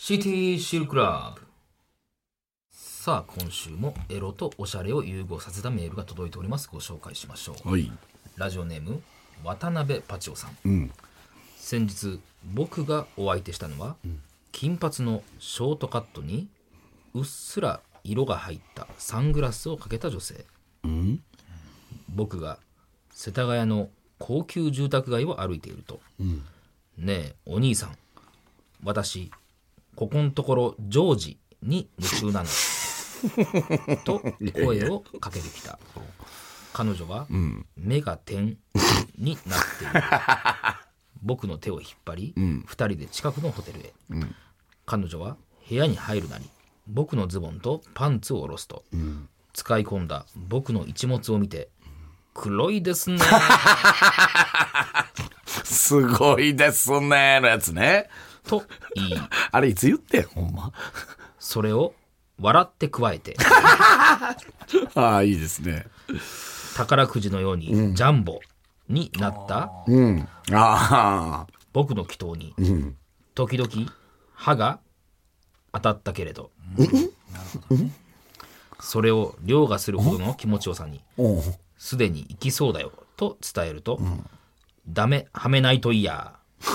シティシルクラブ。さあ今週もエロとおしゃれを融合させたメールが届いております。ご紹介しましょう。 はい。 ラジオネーム渡辺パチオさん、先日僕がお相手したのは、金髪のショートカットにうっすら色が入ったサングラスをかけた女性、僕が世田谷の高級住宅街を歩いていると、ねえお兄さん、私ここんところジョージに夢中なのと声をかけてきた。彼女は目が点になっている。僕の手を引っ張り、2人で近くのホテルへ。彼女は部屋に入るなり僕のズボンとパンツを下ろすと、使い込んだ僕の一物を見て、黒いですねすごいですねのやつね。 と言い、 あれいつ言ってんほんま。 それを笑って加えてああ、いいですね。 宝くじのようにジャンボになったああ。 僕の祈祷に、時々歯が当たったけれど、それを凌駕するほどの気持ちよさにすでに行きそうだよと伝えると、ダメはめないといいや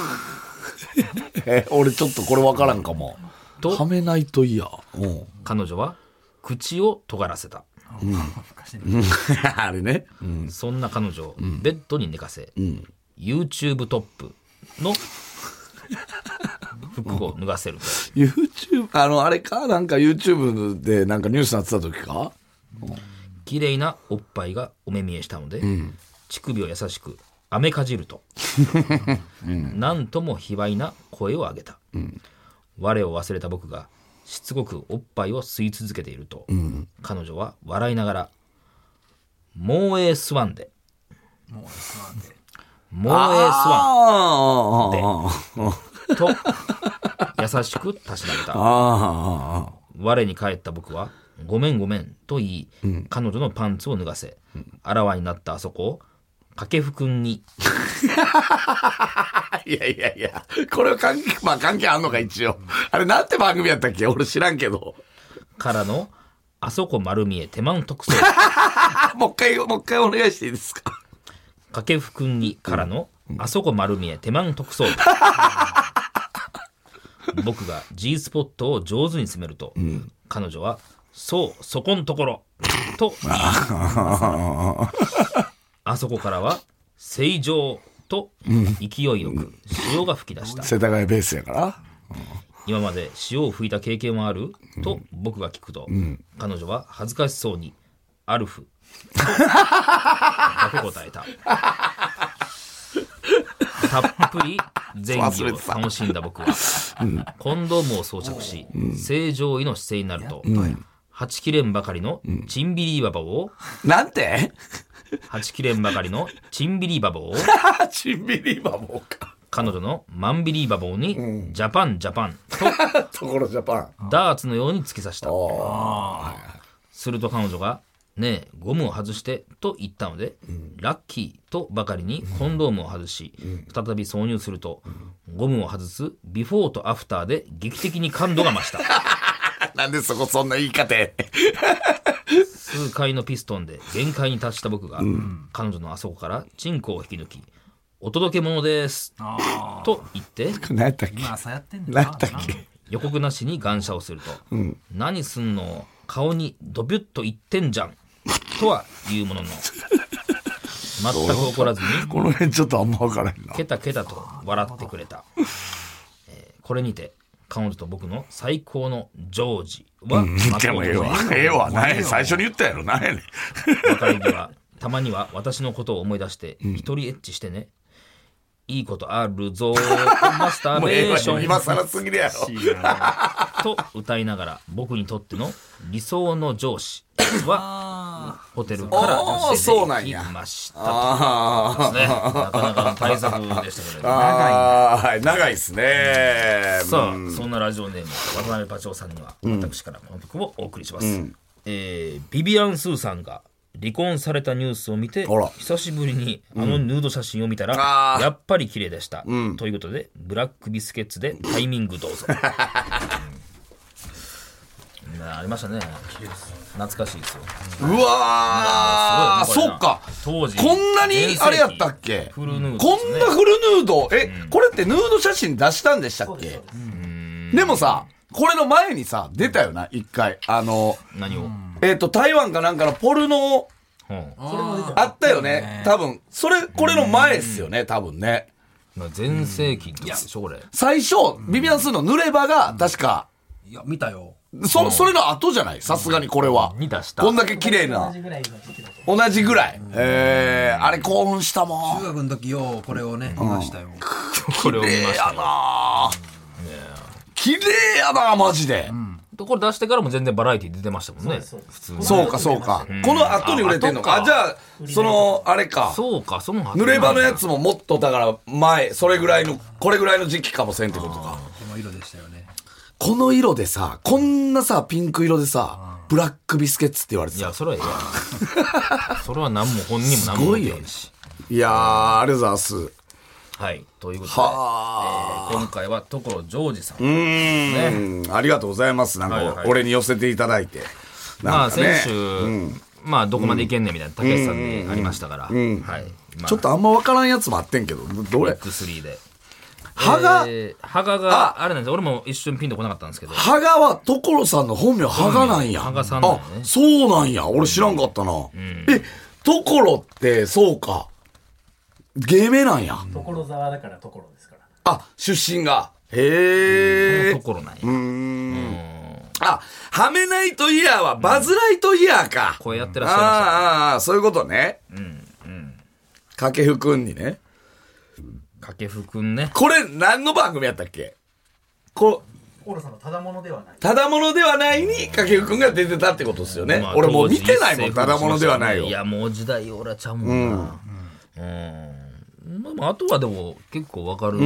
俺ちょっとこれ分からんかも。 とはめないといいや。 彼女は口を尖らせた。 あれね。 そんな彼女をベッドに寝かせ、YouTube トップの服を脱がせると、 YouTube、あれかなんか YouTube でなんかニュースになってた時か。 綺麗なおっぱいがお目見えしたので、乳首を優しくあめかじると、なんとも卑猥な声を上げた。我を忘れた僕がしつこくおっぱいを吸い続けていると、彼女は笑いながら、もうスワンで、もうスワンでと優しくたしなめた。我に返った僕はごめんごめんと言い、彼女のパンツを脱がせ、あらわになったあそこを掛布くんにいやいやいや、これは関係あんのか一応。あれなんて番組やったっけ俺知らんけど。 からのあそこ丸見え手満特捜もう一回お願いしていいですか。 掛布くんにからのあそこ丸見え手満特捜僕が G スポットを上手に詰めると、彼女はそうそこんところと言いあそこからは正常と勢いよく潮が吹き出した。 世田谷ベースやから。 今まで潮を吹いた経験はあると僕が聞くと、彼女は恥ずかしそうにアルフとだけ答えた。たっぷり前儀を楽しんだ僕は、コンドームを装着し、正常位の姿勢になると、はちきれんばかりのチンビリーバボーをなんてはちきれんばかりのチンビリーバボーをチンビリーバボーか。 彼女のマンビリーバボーに、ジャパンジャパンところジャパンダーツのように突き刺した。すると彼女がねえゴムを外してと言ったので、ラッキーとばかりにコンドームを外し、再び挿入すると、ゴムを外すビフォーとアフターで劇的に感度が増した。 なんでそこそんな言い方数回のピストンで限界に達した僕が、彼女のあそこからチンコを引き抜き、お届け物ですと言って何やったっけ。 今朝やってんだ何やったっけ。 予告なしに感謝をすると、何すんの顔にドビュッといってんじゃんとは言うものの、全く怒らずにこの辺ちょっとあんま分からへんな。 ケタケタと笑ってくれた。これにて彼女と僕の最高のジョージはでもええわ何や最初に言ったやろ。何やねん。 別れ際はたまには私のことを思い出して一人エッチしてね、いいことあるぞマスターもうええわベーション今更すぎるやろ。 と歌いながら、僕にとっての理想の上司はホテルから出てきましたと。ね、なかなかの対策でしたけど、 長いですね。 さあ、そんなラジオネーム渡辺パチオさんには私からこの曲をお送りします。ビビアン・スーさんが離婚されたニュースを見て、久しぶりにヌード写真を見たら、やっぱり綺麗でした、ということでブラックビスケッツでタイミングどうぞ。 ありましたね。懐かしいですよ。 うわー、 すごいねそうか。 当時こんなにあれやったっけ？ フルヌードこですねんなフルヌード、これってヌード写真出したんでしたっけ？でもさ、これの前にさ、出たよな、一回。 何を台湾かなんかのポルノ、あったよね。多分、これの前っすよね、多分ね。 全盛期ってことでしょ、これ。 最初、ビビアンスーの濡れ場が、確か、 いや見たよ。 それの後じゃない？さすがにこれは。 に出したこんだけ綺麗な。同じぐらい。あれ興奮したもん。 中学の時よこれをね見ましたよ。 これを見ま綺麗やしたよ。 な綺麗やなマジで。 これ出してからも全然バラエティ出てましたもんね。普通に。 そうかそうか。この後に売れてんのか。 あじゃあ、あれか。 そうか、その後濡れ場のやつももっとだから前、これぐらいの時期かもせんってことか。 この色でしたよね。 この色でさ、こんなさ、ピンク色でさ、ブラックビスケッツって言われてさ。 いや、それはええやん。それは何も本人も何も言ってへんし。 いやー、ありがとうございます。 はい。ということで、 は今回は所ジョージさん。 ありがとうございます。なんか、 はいはい俺に寄せていただいて。 まあ、 なんかね先週、まあ、どこまでいけんねんみたいな、竹内さんでありましたから。はい。まあちょっとあんま分からんやつもあってんけど、どれ X3 で。 羽賀羽賀が、あれなんですよ。俺も一瞬ピンとこなかったんですけど。 羽賀は所さんの本名羽賀なんや。 羽賀さんなんやねあ、そうなんや。俺知らんかったな。所って、そうか。芸名なんや。 所沢だから所ですから。 あ、出身が。へえ。 所なんや。 あ、ハメナイトイヤーはバズライトイヤーか。 声やってらっしゃいましたね。 ああ、そういうことね。掛布くんにね。 掛布くんね。 これ何の番組やったっけ？ 所さんのただものではない。 ただものではないに掛布くんが出てたってことですよね。 まあ俺もう見てないもん、ただものではないよ。 いや、もう時代俺はちゃうもんな。まあ、あとはでも結構わかる。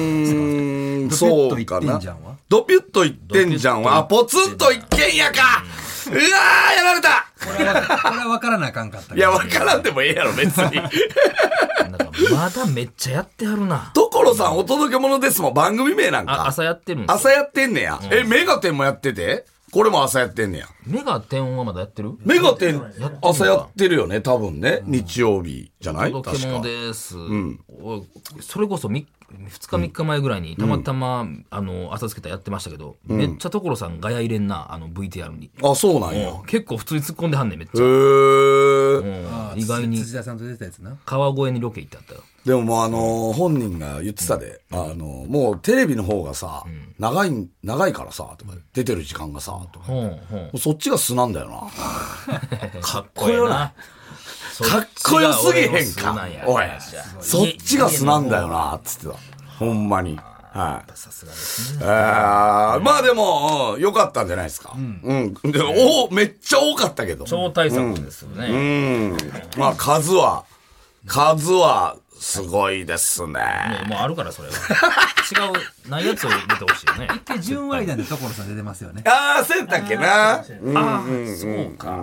そうかな。ドピュッと言ってんじゃんは、あ、ポツンと一軒家か。うわー、やられた。 これは分からなあかんかったけど。 いや、わからんでもええやろ、別に。 なんかまだめっちゃやってはるな。 所さんお届け物ですもん、番組名なんか。 朝やってるんですよ。 朝やってんねや。メガテンもやっててこれも朝やってんねや。 メガテンはまだやってる？ メガテン、朝やってるよね、多分ね。日曜日じゃない？ 届け物確か。 です。それこそ2日3日前ぐらいにたまたま、朝つけたやってましたけど、めっちゃ所さんガヤ入れんな、VTR に。 あ、そうなんや。 結構普通に突っ込んではんねん、めっちへゃ。 ー。 意外に辻田さんと出たやつな。 川越にロケ行ってあったよ。 でももう本人が言ってたで、もうテレビの方がさ、長いからさ、とか、出てる時間がさ、とか。もうそっちが素なんだよな。かっこよな。かっこよすぎへんか。おい。そっちが素なんだよな、つってた。ほんまに。はい。 さすがですね。 まあでも、良かったんじゃないですか。でめっちゃ多かったけど。 超大作ですよね。 まあ数は、すごいですね。 もうあるから、それは。違う、ないやつを入れてほしいよね。 一回純割りなんで所さん出てますよね。 ああ、そうやったっけな。 そうか。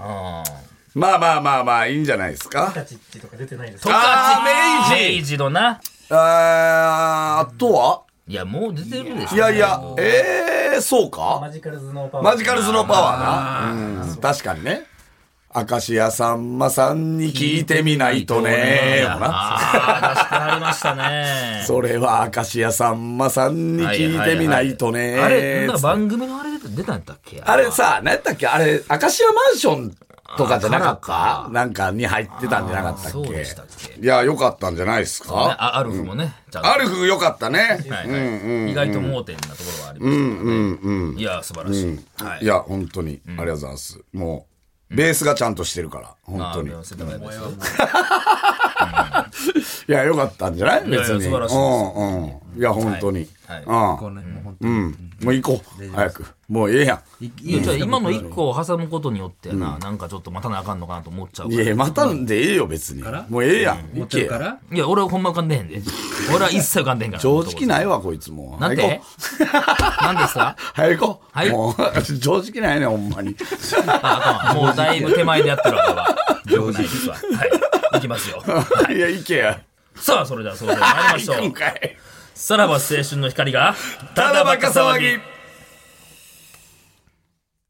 まあ、いいんじゃないですか。 タチッチとか出てないですトか？ カチ明治のな。 あとはいや、もう出てるでしょ。 いや、そうかマジカル頭脳パワー。 マジカル頭脳パワーな。確かにね。明石家さんまさんに聞いてみないとねよな。 出してありましたね。 それは明石家さんまさんに聞いてみないとね。 あれ、なんか番組のあれ出たんだっけ？ あれさ、何やったっけあれ、明石家マンションとかじゃなかったなんかに入ってたんじゃなかったっそうけでしたっけ？ いや、良かったんじゃないですか。 アルフもね。 アルフ良かったね。 意外と盲点なところはありましたね。いや、素晴らしい。 いや、本当に、ありがとうございます。もう、ベースがちゃんとしてるから、本当に。いや、良かったんじゃない別に。 素晴らしいです。 いや、本当に。もう行こう。早く。もうええやん。 いや、じゃあ今の1個を挟むことによってな、なんかちょっと待たなあかんのかなと思っちゃう。 いや、待たんでええよ、別に。もうええやん。行け。 いや、俺はほんま浮かんでへんで。俺は一切浮かんでへんから。 正直ないわ、こいつも。 なんてなんですか？ 早行こう。 はい。 もう、正直ないね、ほんまに。 もうだいぶ手前でやってるわ、これは。正直ですわ。はい。行きますよ。 いや、行けや。 さあ、それではそろそろ参りましょう。 今回。 さらば青春の光が、 ただバカ騒ぎ。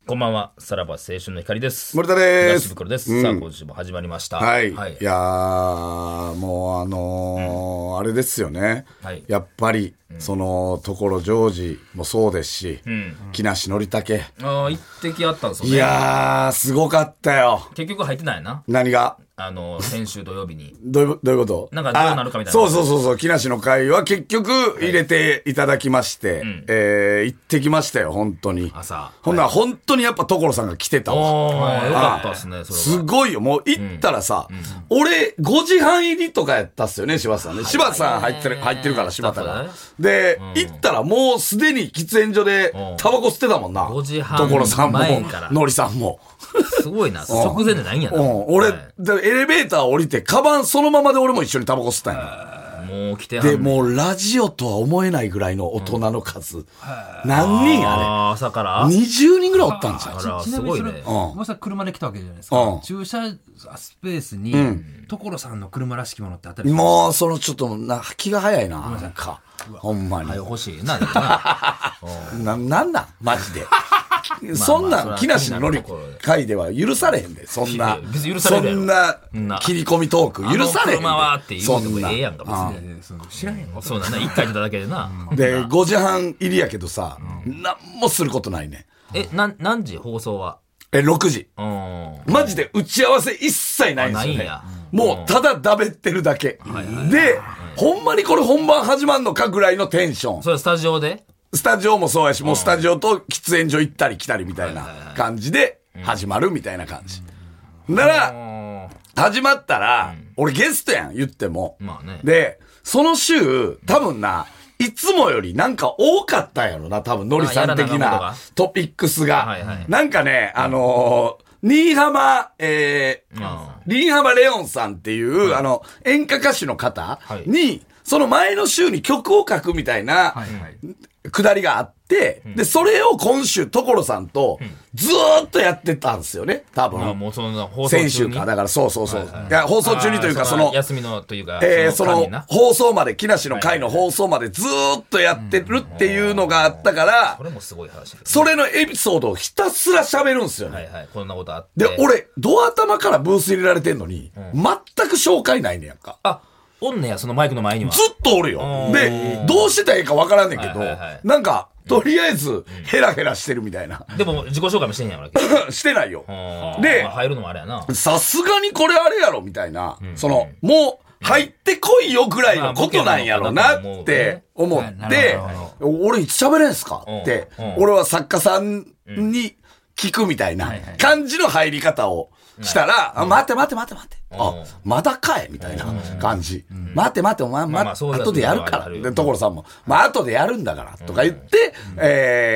こんばんは、さらば青春の光です。 森田です。 東袋です。さあ、今週も始まりました。 はい。いやー、もうあれですよね。やっぱり、その、所ジョージもそうですし、木梨憲武。 一滴あったんですよね。 いやー、すごかったよ。 結局入ってないな。 何が先週土曜日に。 どういうことなんかどうなるかみたいな。 そう、木梨の会は結局入れていただきまして、行ってきましたよ、本当に。ほんなら本当にやっぱ所さんが来てたわ。 よかったですね、それは。 すごいよ、もう行ったらさ、俺5時半入りとかやったっすよね、柴田さんね。柴田さん入ってるから、柴田が。で、行ったらもうすでに喫煙所でタバコ吸ってたもんな。 5時半所さんも、 からのりさんも。 すごいな、直前でないんやな。 俺、エレベーター降りて、カバンそのままで俺も一緒にタバコ吸ったんや。 もう来てはんねん。 で、もうラジオとは思えないぐらいの大人の数。何人あれ朝から 20人ぐらいおったんじゃん。 ちなみにそれ、もし車で来たわけじゃないですか。駐車スペースに、所さんの車らしきものってあったりする？ もう、ちょっと気が早いな。なんか。ほんまに。 欲しいな。 なんなんマジで。そんなん、木梨のり会では許されへんで。そんな切り込みトーク許されへんで。 車はって言うてもええやんか、別に。知らへんの？ そうだな、1回出ただけでな。 で、5時半入りやけどさ、なんもすることないね。 何時放送は ？6時。マジで打ち合わせ一切ないんですよね。もうただだべってるだけ。で、ほんまにこれ本番始まんのかぐらいのテンション。 それスタジオで？ スタジオもそうやし、もうスタジオと喫煙所行ったり来たりみたいな感じで始まるみたいな感じ。なら、始まったら、俺ゲストやん、言っても。で、その週、多分な、いつもよりなんか多かったんやろな、多分、のりさん的なトピックスが。なんかね、新浜レオンさんっていう、演歌歌手の方に、その前の週に曲を書くみたいな、くだりがあって、で、それを今週、所さんと、ずーっとやってたんですよね、多分。先週か。だから、そう。いや、放送中にというか、 休みのというか、 その、放送まで、木梨の会の放送までずーっとやってるっていうのがあったから、 それもすごい話。 それのエピソードをひたすら喋るんですよね。 こんなことあって。 で、俺、ドア頭からブース入れられてんのに、全く紹介ないねやんか。 おんねや、そのマイクの前には。 ずっとおるよ。で、どうしてたらいいかわからんねんけど、なんか、とりあえず、ヘラヘラしてるみたいな。 でも、自己紹介もしてんやろ。 してないよ。で、 入るのもあれやな。 さすがにこれあれやろ、みたいな。もう、入ってこいよぐらいのことなんやろなって思って、俺いつ喋れんすかって、俺は作家さんに聞くみたいな感じの入り方をしたら、待て。まだかいみたいな感じ。待て、お前、後でやるから。で、所さんも、後でやるんだから、とか言って、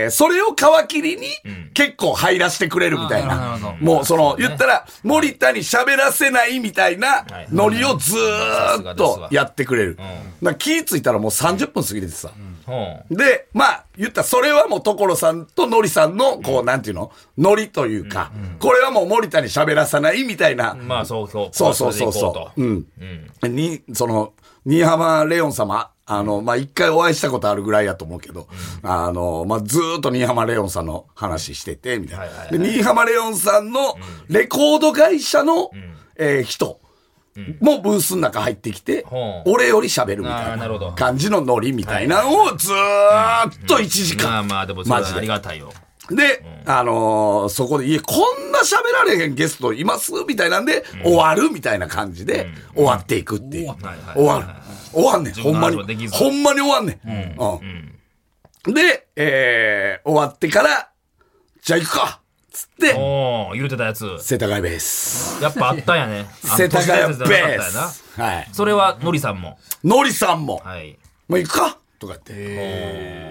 それを皮切りに、結構入らせてくれるみたいな。もう、言ったら、森田に喋らせないみたいなノリをずーっとやってくれる。気ぃついたらもう30分過ぎててさ。で、言ったらそれはもう所さんとのりさんの、なんていうのノリというか、これはもう森田に喋らさないみたいな。 そう。 新浜レオン様、一回お会いしたことあるぐらいやと思うけど、ずーっと新浜レオンさんの話してて、みたいな。で、新浜レオンさんのレコード会社の、人。もうブースの中入ってきて、俺より喋るみたいな感じのノリみたいなのをずーっと1時間。 でもマジでありがたいよ。 で、そこで、こんな喋られへんゲストいますみたいなんで、終わるみたいな感じで、終わっていくっていう。終わんねん。ほんまに終わんねん。で、終わってから、じゃあ行くかつって、 言うてたやつ。 世田谷ベース。 やっぱあったんやね。 世田谷ベース。はい。 それは、のりさんも。 はい。もう行くかとかって。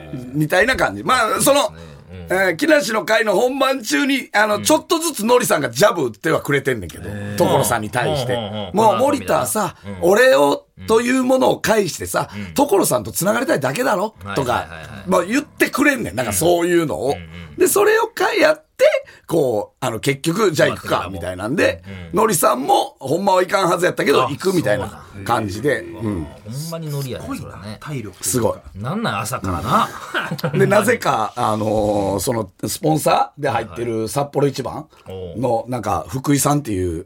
みたいな感じ。木梨の会の本番中に、ちょっとずつのりさんがジャブ打ってはくれてんねんけど、所さんに対して。もう森田はさ、俺を、というものを介してさ、所さんと繋がりたいだけだろとか、言ってくれんねん。なんかそういうのを。で、それをやっこう、結局、じゃあ行くか、みたいなんで、ノリさんも、ほんまは行かんはずやったけど、行くみたいな感じで、 ほんまにノリやね、それね。 体力。 すごい。 なんなん朝からな。 で、なぜか、その、スポンサーで入ってる札幌一番の、なんか、福井さんっていう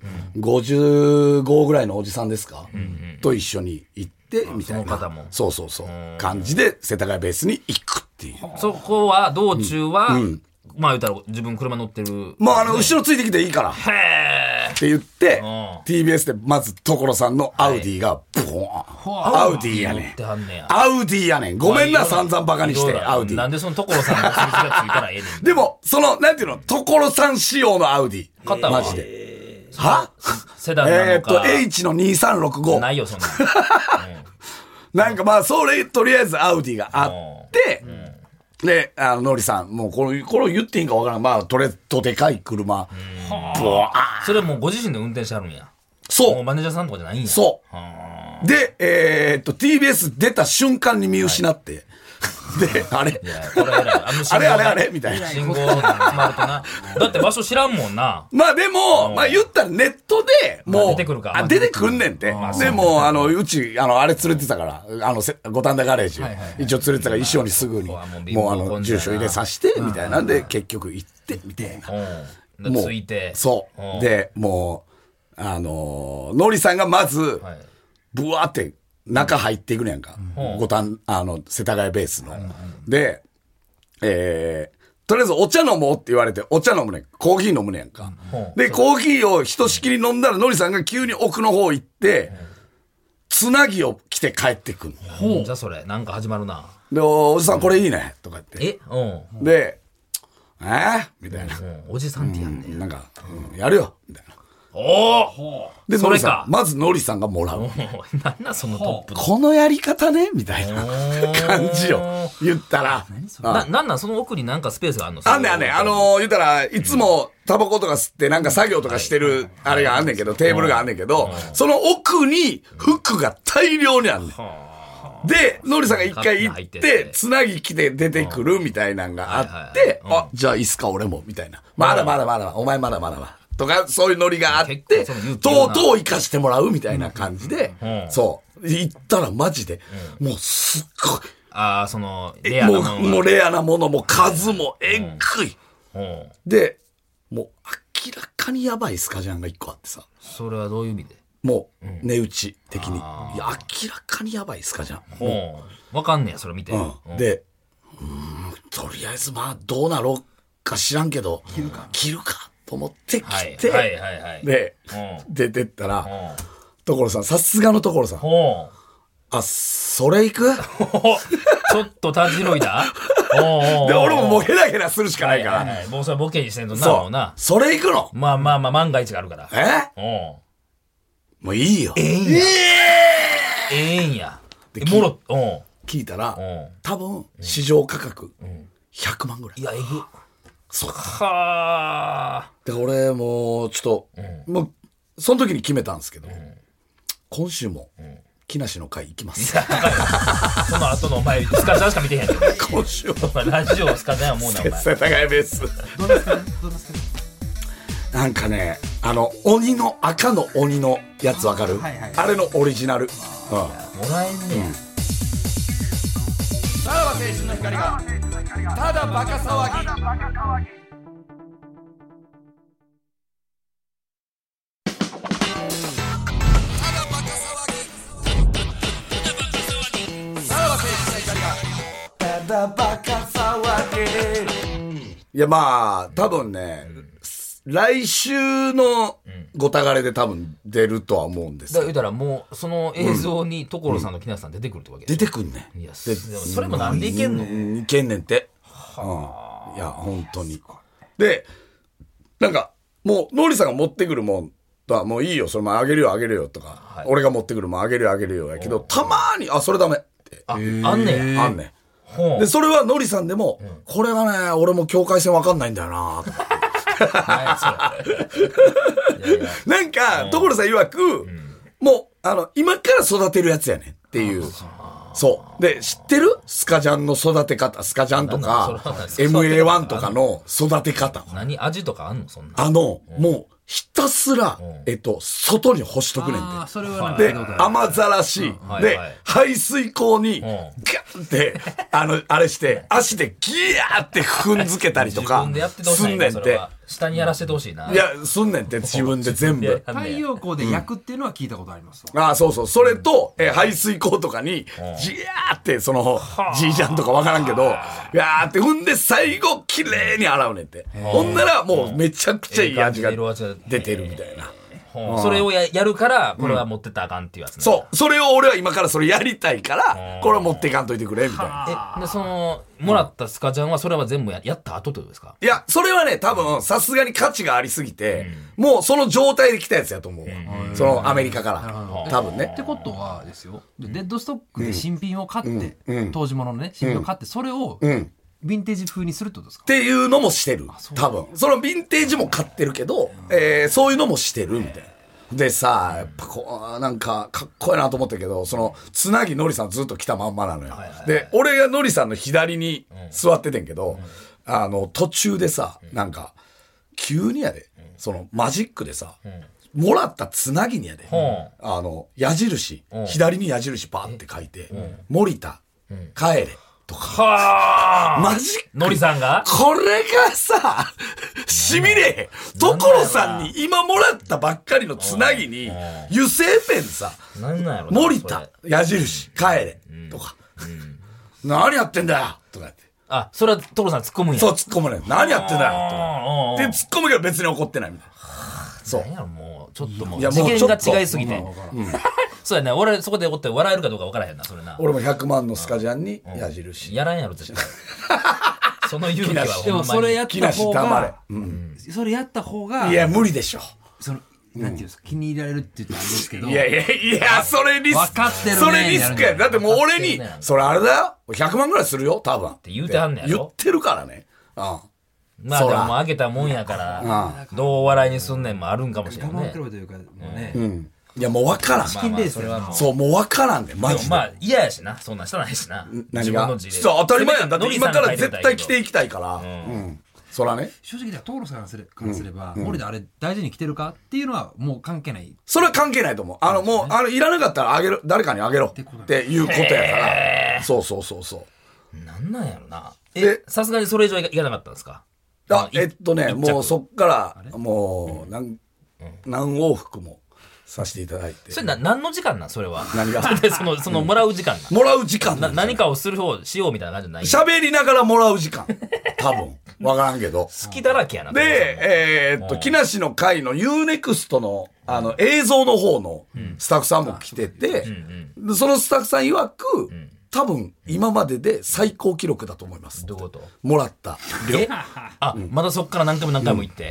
、55ぐらいのおじさんですかと一緒に行って、みたいな。 その方も。 そうそうそう。感じで、世田谷ベースに行くっていう。 そこは、道中は、まあ言ったら自分車乗ってる。 もう後ろついてきていいから。 へーって言って、TBS でまず所さんのアウディが、ブーン。アウディやねん。アウディやねん。ごめんな、散々バカにして、アウディ。 なんでその所さんの印がついたらええねん。 でも、その、なんていうの、所さん仕様のアウディ。 肩マジで。はセダンなのか。 H の2365。 ないよ、そんな。 なんかまあ、それ、とりあえずアウディがあって、で、ノリさん、もうこれ言っていいんかわからん。まあ、とりあえず、とでかい車。 それもうご自身で運転してはるんや。 そう。 もうマネージャーさんとかじゃないんや。 そう。で、TBS 出た瞬間に見失って。で、あれあれみたいな。 信号に止まるとな。だって場所知らんもんな。 まあでも、まあ言ったらネットで、もう、 出てくるか。 出てくんねんて。でも、うち、あれ連れてたから、五反田ガレージ。一応連れてたから、衣装にすぐに、もう住所入れさせて、みたいなんで、結局行って、みたいな。 もう、ついて。 そう。で、もう、ノリさんがまず、ブワーって、中入っていくねやんか。世田谷ベースの。で、とりあえずお茶飲もうって言われて、お茶飲むねん。コーヒー飲むねやんか。で、コーヒーをひとしきり飲んだら、ノリさんが急に奥の方行って、つなぎを着て帰ってくんの。じゃあそれ、なんか始まるな。 で、おじさんこれいいね。とか言って。で、みたいな。 おじさんってやんねん。 なんか、やるよ。みたいな。で、ノリさん、まずノリさんがもらう。 なんだそのトップ。 このやり方ねみたいな感じを言ったら。 なんその奥になんかスペースがあんの？ あんねん。言ったら、いつもタバコとか吸ってなんか作業とかしてる、あれがあんねんけど、テーブルがあんねんけど、その奥に服が大量にあんねん。で、ノリさんが一回行って、つなぎ着て出てくるみたいなんがあって、じゃあいいっすか俺も、みたいな。まだ、お前まだ。とか、そういうノリがあって、とうとう行かしてもらうみたいな感じで、そう。行ったらマジで、もうすっごい。 レアなもの。 もうレアなものも数もえっぐい。で、もう明らかにやばいスカジャンが一個あってさ。 それはどういう意味で？ もう、値打ち的に。いや、明らかにやばいスカジャン。 わかんねや、それ見て。 で、とりあえずまあ、どうなろうか知らんけど、着るか。と思ってきて、で、出てったら、所さん、さすがの所さん。それ行くちょっとたじろいだで、俺ももうヘラヘラするしかないから。 もうそれボケにしてんのな、もうな。 それ行くのまあ、万が一があるから。 もういいよ。 ええんや。 聞いたら、多分、市場価格、100万ぐらい。 いや、えぐ。 そうはあ。 で、俺もうちょっと、もう、その時に決めたんですけど、今週も、木梨の会行きます。 その後のお前、スカジャンしか見てへん。 今週も。 ラジオスカジャンはもうな、お前。 世田谷ベース。 どうですかなんかね、赤の鬼のやつわかる？あれのオリジナル。 もらえんねや。 さらば青春の光が、ただバカ騒ぎ。いやまあ多分ね、来週のごたがれで多分出るとは思うんですだから言うたらもうその映像に所さんと木梨さん出てくるってわけ出てくんねん。 いやでもそれもなんでいけんの？ いけんねんって。いや本当に。でなんかもうノリさんが持ってくるもんとはもういいよ、それもあげるよとか、俺が持ってくるもんあげるよやけど、たまーにそれダメって。 あんねや。あんねん。で、それはノリさんでも、これはね、俺も境界線わかんないんだよなとか。なんか、所さん曰く、もう、今から育てるやつやねんっていう。そう。で、知ってる？ スカジャンの育て方、スカジャンとか、MA1 とかの育て方。 何味とかあんのそんな。 もう、ひたすら、外に干しとくねんて。 それはで、雨ざらし、で、排水口に、ガンって、あれして、足でギヤーって踏んづけたりとか、すんねんて。 下にやらせてほしいな。 いや、すんねんて、自分で全部。 太陽光で焼くっていうのは聞いたことあります。 そう。それと、排水口とかに、ジヤーって、じいちゃんとかわからんけど、ガーって踏んで最後、綺麗に洗うねんて。ほんなら、もうめちゃくちゃいい味が出てるみたいな。 それをやるから、これは持ってったらあかんっていうやつね。 そう。それを俺は今からそれやりたいから、これは持っていかんといてくれ、みたいな。 で、もらったスカジャンは、それは全部やった後ってことですか？ いや、それはね、多分、さすがに価値がありすぎて、もうその状態で来たやつやと思うわ。アメリカから。多分ね。 ってことはですよ、デッドストックで新品を買って、当時物のね、新品を買って、それを、ヴィンテージ風にするってことですか？ っていうのもしてる。多分。そのヴィンテージも買ってるけど、そういうのもしてるみたいな。でさ、やっぱなんか、かっこいいなと思ったけど、つなぎのりさんずっと来たまんまなのよ。で、俺がのりさんの左に座っててんけど、途中でさ、なんか、急にやで、マジックでさ、もらったつなぎにやで、矢印、左に矢印バーって書いて、森田、帰れ。とか。 はマジックのりさんがこれがさ、しびれ所さんに今もらったばっかりのつなぎに、油性ペンさ、森田、矢印、帰れ、とか。何やってんだよとか言って。 それは所さん突っ込むんや。 そう、突っ込むね。何やってんだよとか。で、突っ込むけど別に怒ってないみたいな。 そう。もう、ちょっともう、次元が違いすぎて。そうやね。俺、そこで怒って笑えるかどうか分からへんな、それな。 俺も100万のスカジャンに矢印。 やらんやろ、絶対。その勇気はほんまに。 でもそれやった方が、 それやった方が、 いや、無理でしょ。 なんていうんですか、気に入られるって言ったらあれですけど。 いや、それリスク。 分かってるね。 それリスクや。だってもう俺に、それあれだよ。100万ぐらいするよ、多分。 って言うてはんねやろ。 言ってるからね。 まあでもあげたもんやから、どうお笑いにすんねんもあるんかもしれないね。 我慢比べというか、もうね。 いや、もう分からん。 チキンレースそう、もう分からんで、マジで。 まあ、嫌やしな。そんなんしたないしな。 何がそう、当たり前やん。だって今から絶対着ていきたいから。そらね。 正直では、トーロさんからすれば、森田あれ大事に着てるかっていうのはもう関係ない。 それは関係ないと思う。もう、いらなかったらあげる、誰かにあげろっていうことやから。そう。 なんなんやろな。さすがにそれ以上いかなかったんですか？ もうそっから、もう、何往復もさせていただいて。 それ何の時間なんそれは。 何がそのもらう時間なん。 もらう時間何かをしようみたいな感じじゃない。 喋りながらもらう時間。多分。わからんけど。 好きだらけやな。 で、木梨の会の UNEXT の、映像の方のスタッフさんも来てて、そのスタッフさん曰く、多分、今までで最高記録だと思います。 どういうこと？ もらった量。 まだそっから何回も行って。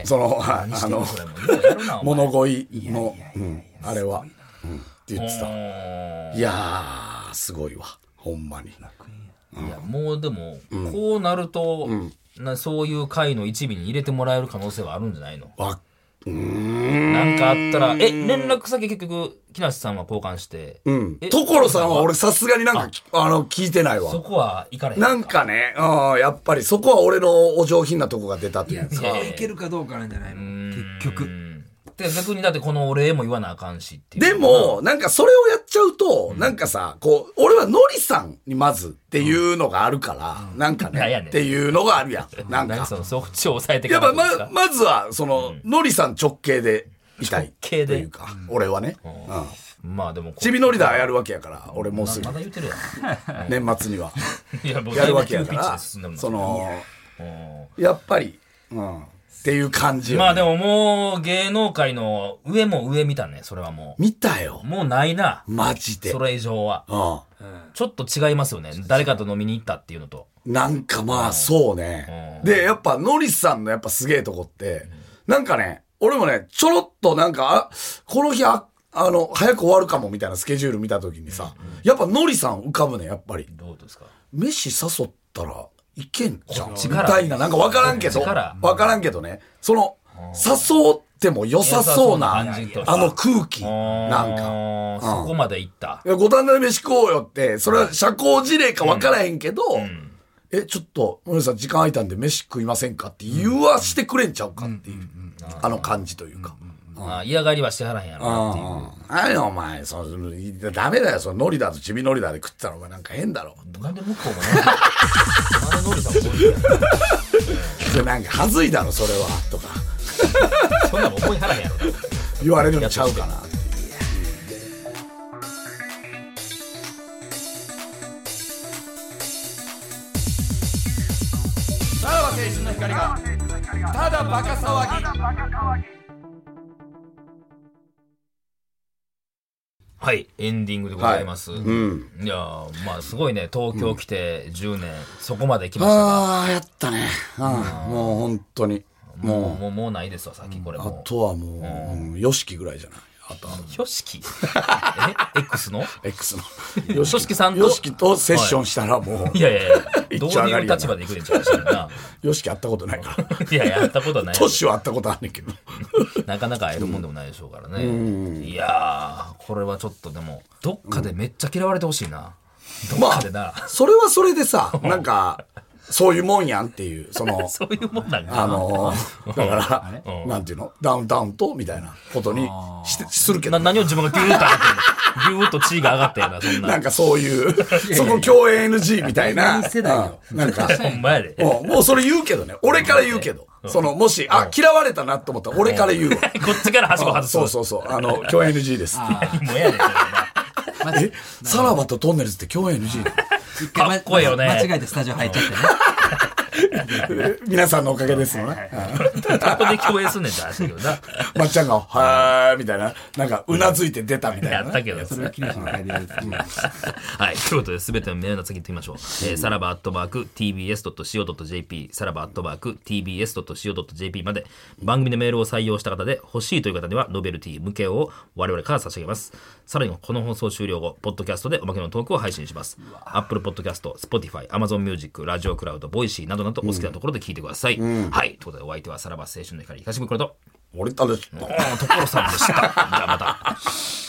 物乞いの、あれは、って言ってた。いやー、すごいわ。ほんまに。 いや、もうでも、こうなると、そういう会の一尾に入れてもらえる可能性はあるんじゃないの？なんかあったら、連絡先結局、木梨さんは交換して。 所さんは俺さすがになんか、聞いてないわ。 そこは行かれへん。 なんかね、やっぱりそこは俺のお上品なとこが出たっていうか。 いけるかどうかなんじゃないの？結局。 逆にだってこのお礼も言わなあかんしっていう。 でも、なんかそれをやっちゃうと、なんかさ、俺はのりさんにまずっていうのがあるから、なんかね、っていうのがあるやん。なんか。 そっちを抑えてやっぱまずは、のりさん直系でいたい。 直系で。 というか、俺はね。 まあでも。 ちびのりだやるわけやから、俺もうすぐ。 まだ言ってるやん。年末には。やるわけやから、やっぱり、っていう感じよ、ね。 まあでももう芸能界の上も上見たね、それはもう。 見たよ。 もうないな。 マジで。 それ以上は。ちょっと違いますよね。誰かと飲みに行ったっていうのと。 なんかまあそうね。で、やっぱノリさんのやっぱすげえとこって、なんかね、俺もね、ちょろっとなんか、この日早く終わるかもみたいなスケジュール見たときにさ、やっぱノリさん浮かぶね、やっぱり。 どうですか？ 飯誘ったら、いけんじゃんみたいな、なんかわからんけどね。誘っっても良さそうな、 良さそうな感じとあの空気。なんか。 そこまで行った。 五反田で飯食おうよって、それは社交辞令か分からへんけど、ちょっと、森さん時間空いたんで飯食いませんかって言わしてくれんちゃうかっていう、あの感じというか。 嫌がりはしてはらへんやろなっていう。 あれお前、ダメだよ、ノリだとチビノリだで食ってたらお前なんか変だろ。 なんで向こうもね。なんでノリさんもそういうのなんか恥ずいだろ、それは、とか。 そんなの思いはらへんやろな。 言われるのちゃうかなっていう。さらば青春の光が、ただバカ騒ぎ。 はい、エンディングでございます。いやまあすごいね、東京来て10年、そこまで来ましたが。 ああ、やったね。もう本当に。 もうないですわ、さっきこれも。 あとはもう、ヨシキぐらいじゃない。あとヨシキX の X の。 ヨシキさんと。 ヨシキとセッションしたらもう。 いや、どういう立場で行くねんちゃうな。 ヨシキ会ったことないから。 いや、会ったことない。 トシは会ったことあんねんけど。 なかなか会えるもんでもないでしょうからね。いやー、これはちょっとでも、どっかでめっちゃ嫌われてほしいな。どっかでな。 それはそれでさ、なんか、そういうもんやんっていう、 そういうもんなんかだから、なんていうの、ダウンタウンとみたいなことにするけど。 何を自分がギューッと上がってんの。ギューッと地位が上がったよな、そんな。 なんかそういう、その共演 NG みたいな。なんか、 ほんまやで。 もうそれ言うけどね。俺から言うけど。もし、嫌われたなと思ったら俺から言うわ。 こっちからはしご外す。 そう。共演 NG です。 もうやで、 さらばとトンネルズって共演 NG かっこいいよね。 間違えてスタジオ入っちゃってね。 皆さんのおかげですよね。 後で共演すんねんって話だけどな。 まっちゃんが、はーみたいな、なんかうなずいて出たみたいな。 やったけど。 それは記念誌に書いてるやつ。 はい。ということで、すべてのメールの次行ってみましょう。さらば@tbs.co.jp、さらば@tbs.co.jp まで、番組でメールを採用した方で欲しいという方には、ノベルティ向けを我々から差し上げます。さらに、この放送終了後、ポッドキャストでおまけのトークを配信します。Apple Podcast、Spotify、Amazon Music、ラジオクラウド、ボイシーなどなどお好きなところで聞いてください。はい。ということで、お相手はさらば青春の光、東袋と、 森田です。 所さんでした。じゃあまた。